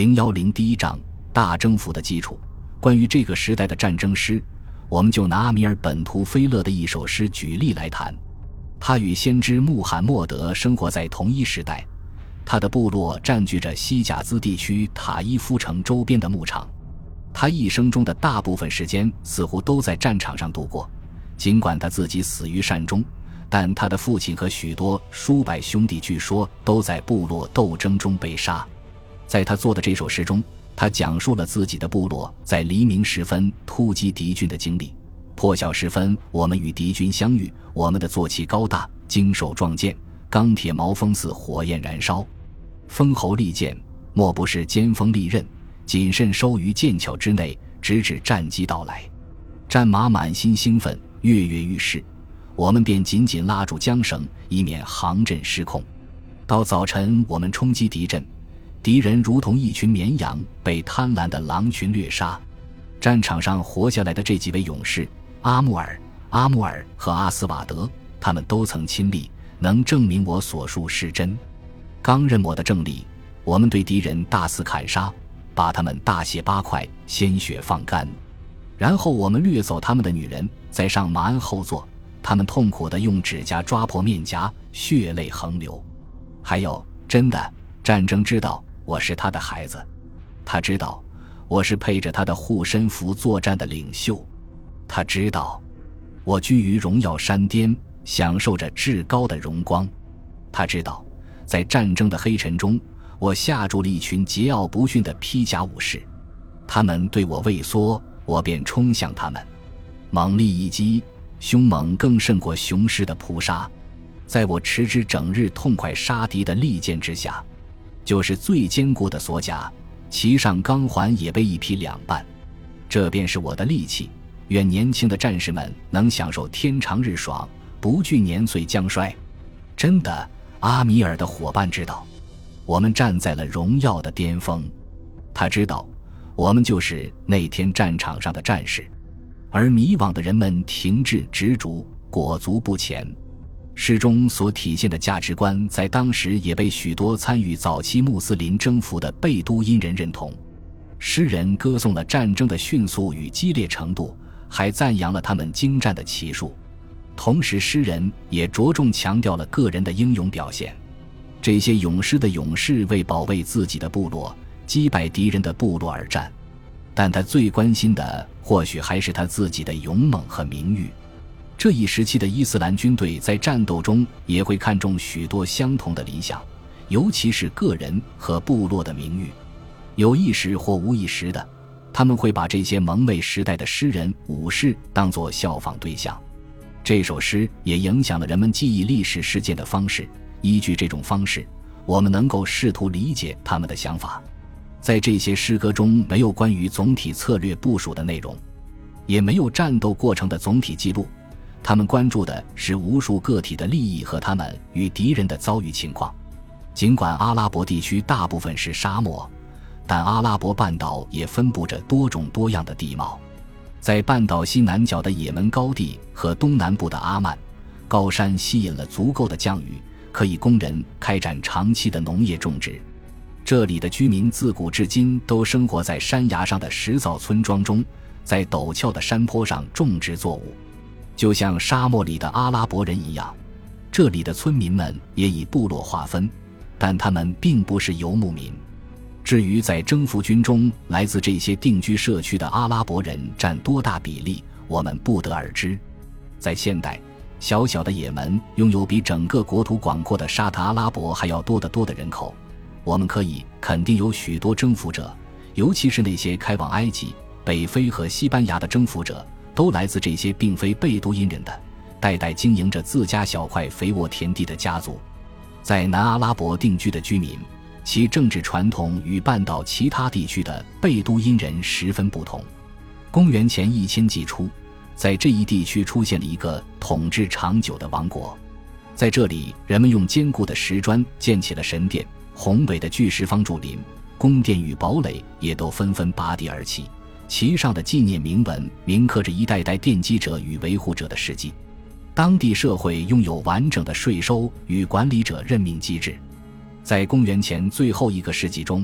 010第一章大征服的基础。关于这个时代的战争诗，我们就拿阿米尔本图菲勒的一首诗举例来谈。他与先知穆罕默德生活在同一时代，他的部落占据着西甲兹地区塔伊夫城周边的牧场。他一生中的大部分时间似乎都在战场上度过，尽管他自己死于善终，但他的父亲和许多数百兄弟据说都在部落斗争中被杀。在他做的这首诗中，他讲述了自己的部落在黎明时分突击敌军的经历。破晓时分，我们与敌军相遇，我们的坐骑高大，经手撞剑，钢铁矛锋似火焰燃烧，锋喉利剑，莫不是尖锋利刃，谨慎收于剑鞘之内，直至战机到来。战马满心兴奋，跃跃欲试，我们便紧紧拉住缰绳，以免航阵失控。到早晨，我们冲击敌阵，敌人如同一群绵羊被贪婪的狼群掠杀。战场上活下来的这几位勇士，阿穆尔和阿斯瓦德，他们都曾亲历，能证明我所述是真。刚刃我的正力，我们对敌人大肆砍杀，把他们大卸八块，鲜血放干。然后我们掠走他们的女人，再上马鞍后座，他们痛苦地用指甲抓破面颊，血泪横流。还有，真的，战争知道我是他的孩子，他知道我是配着他的护身符作战的领袖，他知道我居于荣耀山巅，享受着至高的荣光，他知道在战争的黑尘中，我吓住了一群桀骜不驯的披甲武士，他们对我畏缩，我便冲向他们，猛力一击，凶猛更胜过雄狮的扑杀。在我持之整日痛快杀敌的利剑之下，就是最坚固的锁甲，其上钢环也被一劈两半。这便是我的利器，愿年轻的战士们能享受天长日爽，不惧年岁将衰。真的，阿米尔的伙伴知道，我们站在了荣耀的巅峰。他知道，我们就是那天战场上的战士，而迷惘的人们停滞执着，裹足不前。诗中所体现的价值观在当时也被许多参与早期穆斯林征服的贝都因人认同。诗人歌颂了战争的迅速与激烈程度，还赞扬了他们精湛的骑术。同时诗人也着重强调了个人的英勇表现。这些勇士的勇士为保卫自己的部落，击败敌人的部落而战，但他最关心的或许还是他自己的勇猛和名誉。这一时期的伊斯兰军队在战斗中也会看重许多相同的理想，尤其是个人和部落的名誉。有意识或无意识的，他们会把这些蒙昧时代的诗人武士当作效仿对象。这首诗也影响了人们记忆历史事件的方式，依据这种方式，我们能够试图理解他们的想法。在这些诗歌中没有关于总体策略部署的内容，也没有战斗过程的总体记录，他们关注的是无数个体的利益和他们与敌人的遭遇情况。尽管阿拉伯地区大部分是沙漠，但阿拉伯半岛也分布着多种多样的地貌。在半岛西南角的也门高地和东南部的阿曼，高山吸引了足够的降雨，可以供人开展长期的农业种植。这里的居民自古至今都生活在山崖上的石造村庄中，在陡峭的山坡上种植作物。就像沙漠里的阿拉伯人一样，这里的村民们也以部落划分，但他们并不是游牧民。至于在征服军中来自这些定居社区的阿拉伯人占多大比例，我们不得而知。在现代，小小的也门拥有比整个国土广阔的沙特阿拉伯还要多得多的人口。我们可以肯定有许多征服者，尤其是那些开往埃及、北非和西班牙的征服者，都来自这些并非贝都因人的代代经营着自家小块肥沃田地的家族。在南阿拉伯定居的居民，其政治传统与半岛其他地区的贝都因人十分不同。公元前1000纪初，在这一地区出现了一个统治长久的王国。在这里，人们用坚固的石砖建起了神殿，宏伟的巨石方柱林、宫殿与堡垒也都纷纷拔地而起，其上的纪念铭文铭刻着一代代奠基者与维护者的事迹。当地社会拥有完整的税收与管理者任命机制。在公元前最后一个世纪中，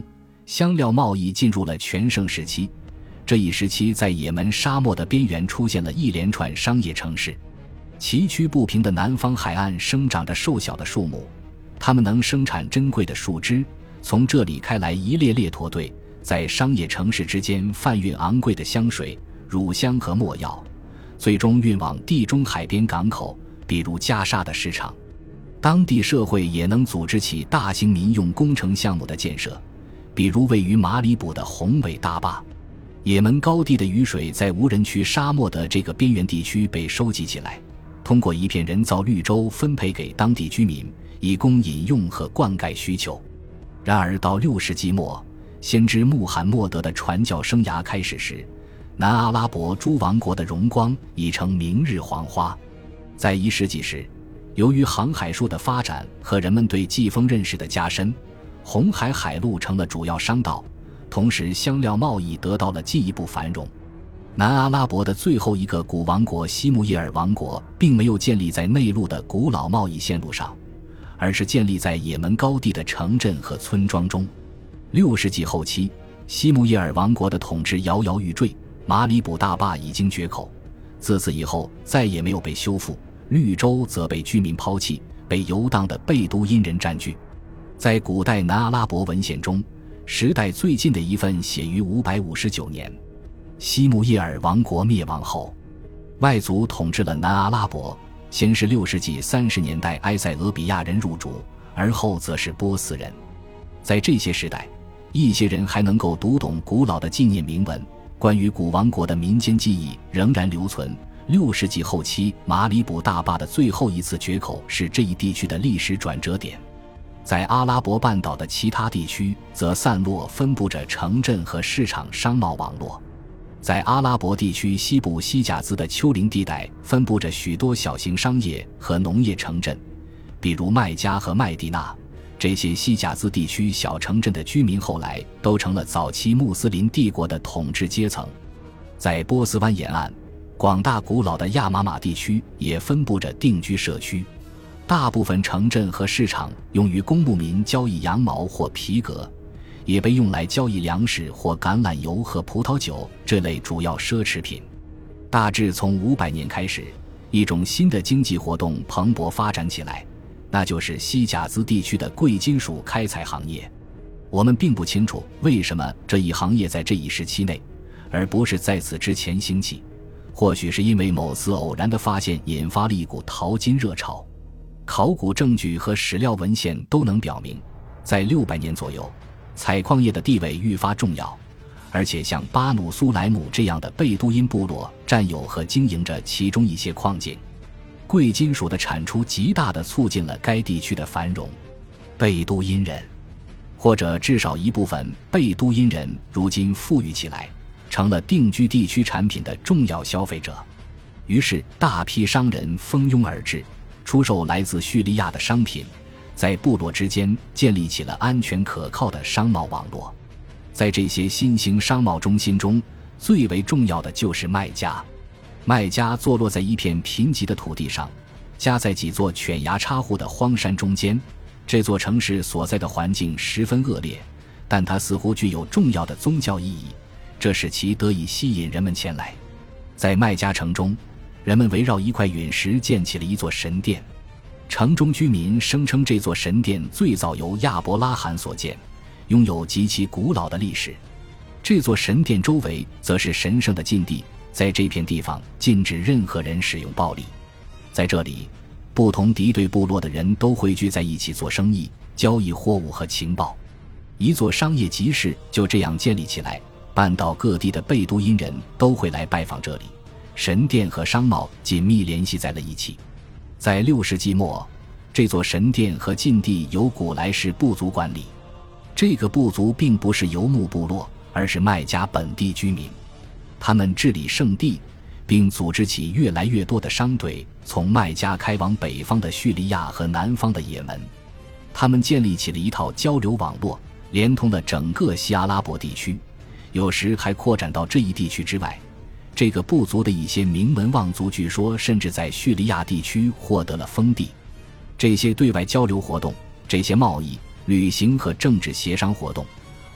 香料贸易进入了全盛时期。这一时期在也门沙漠的边缘出现了一连串商业城市。崎岖不平的南方海岸生长着瘦小的树木，它们能生产珍贵的树枝，从这里开来一列列驼队，在商业城市之间贩运昂贵的香水、乳香和没药，最终运往地中海边港口，比如加沙的市场。当地社会也能组织起大型民用工程项目的建设，比如位于马里卜的宏伟大坝。也门高地的雨水在无人区沙漠的这个边缘地区被收集起来，通过一片人造绿洲分配给当地居民，以供饮用和灌溉需求。然而到6世纪末，先知穆罕默德的传教生涯开始时，南阿拉伯诸王国的荣光已成明日黄花。在1世纪时，由于航海术的发展和人们对季风认识的加深，红海海路成了主要商道，同时香料贸易得到了进一步繁荣。南阿拉伯的最后一个古王国西穆耶尔王国并没有建立在内陆的古老贸易线路上，而是建立在也门高地的城镇和村庄中。6世纪后期，西穆耶尔王国的统治摇摇欲坠，马里卜大坝已经决口，自此以后再也没有被修复，绿洲则被居民抛弃，被游荡的贝都因人占据。在古代南阿拉伯文献中，时代最近的一份写于559年。西穆耶尔王国灭亡后，外族统治了南阿拉伯，先是6世纪30年代埃塞俄比亚人入主，而后则是波斯人。在这些时代，一些人还能够读懂古老的纪念铭文，关于古王国的民间记忆仍然留存。6世纪后期马里卜大坝的最后一次决口是这一地区的历史转折点。在阿拉伯半岛的其他地区则散落分布着城镇和市场商贸网络。在阿拉伯地区西部西甲兹的丘陵地带分布着许多小型商业和农业城镇，比如麦加和麦地那。这些西甲兹地区小城镇的居民后来都成了早期穆斯林帝国的统治阶层。在波斯湾沿岸，广大古老的亚玛马地区也分布着定居社区。大部分城镇和市场用于公牧民交易羊毛或皮革，也被用来交易粮食或橄榄油和葡萄酒这类主要奢侈品。大致从500年开始，一种新的经济活动蓬勃发展起来，那就是西甲兹地区的贵金属开采行业。我们并不清楚为什么这一行业在这一时期内，而不是在此之前兴起，或许是因为某次偶然的发现引发了一股淘金热潮。考古证据和史料文献都能表明，在600年左右，采矿业的地位愈发重要，而且像巴努苏莱姆这样的贝都因部落占有和经营着其中一些矿井。贵金属的产出极大地促进了该地区的繁荣。贝都因人，或者至少一部分贝都因人，如今富裕起来，成了定居地区产品的重要消费者。于是大批商人蜂拥而至，出售来自叙利亚的商品，在部落之间建立起了安全可靠的商贸网络。在这些新兴商贸中心中，最为重要的就是麦加。麦加坐落在一片贫瘠的土地上，夹在几座犬牙插户的荒山中间。这座城市所在的环境十分恶劣，但它似乎具有重要的宗教意义，这使其得以吸引人们前来。在麦加城中，人们围绕一块陨石建起了一座神殿。城中居民声称这座神殿最早由亚伯拉罕所建，拥有极其古老的历史。这座神殿周围则是神圣的禁地，在这片地方禁止任何人使用暴力。在这里，不同敌对部落的人都汇聚在一起做生意，交易货物和情报。一座商业集市就这样建立起来，半岛各地的贝都因人都会来拜访这里，神殿和商贸紧密联系在了一起。在6世纪末，这座神殿和禁地由古莱氏部族管理。这个部族并不是游牧部落，而是麦加本地居民。他们治理圣地，并组织起越来越多的商队，从麦加开往北方的叙利亚和南方的也门。他们建立起了一套交流网络，连通了整个西阿拉伯地区，有时还扩展到这一地区之外。这个部族的一些名门望族据说甚至在叙利亚地区获得了封地。这些对外交流活动，这些贸易、旅行和政治协商活动，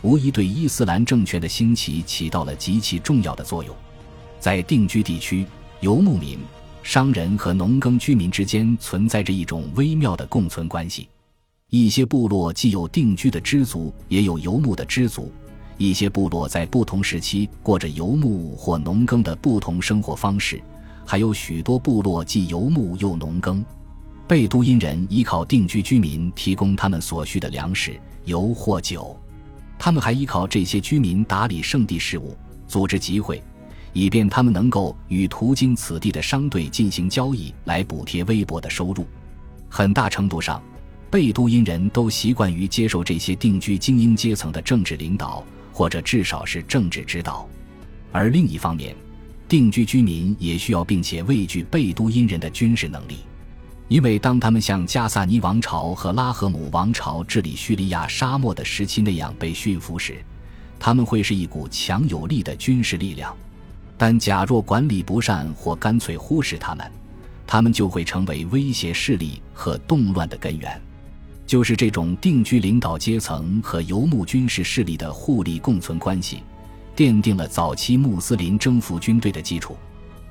无疑对伊斯兰政权的兴起起到了极其重要的作用。在定居地区，游牧民、商人和农耕居民之间存在着一种微妙的共存关系。一些部落既有定居的支族，也有游牧的支族。一些部落在不同时期过着游牧或农耕的不同生活方式，还有许多部落既游牧又农耕。贝都因人依靠定居居民提供他们所需的粮食、油或酒，他们还依靠这些居民打理圣地事务，组织集会，以便他们能够与途经此地的商队进行交易，来补贴微薄的收入。很大程度上，贝都因人都习惯于接受这些定居精英阶层的政治领导，或者至少是政治指导。而另一方面，定居居民也需要并且畏惧贝都因人的军事能力，因为当他们像加萨尼王朝和拉赫姆王朝治理叙利亚沙漠的时期那样被驯服时，他们会是一股强有力的军事力量。但假若管理不善或干脆忽视他们，他们就会成为威胁势力和动乱的根源。就是这种定居领导阶层和游牧军事势力的互利共存关系，奠定了早期穆斯林征服军队的基础。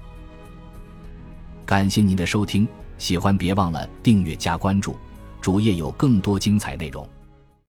感谢您的收听，喜欢别忘了订阅加关注，主页有更多精彩内容。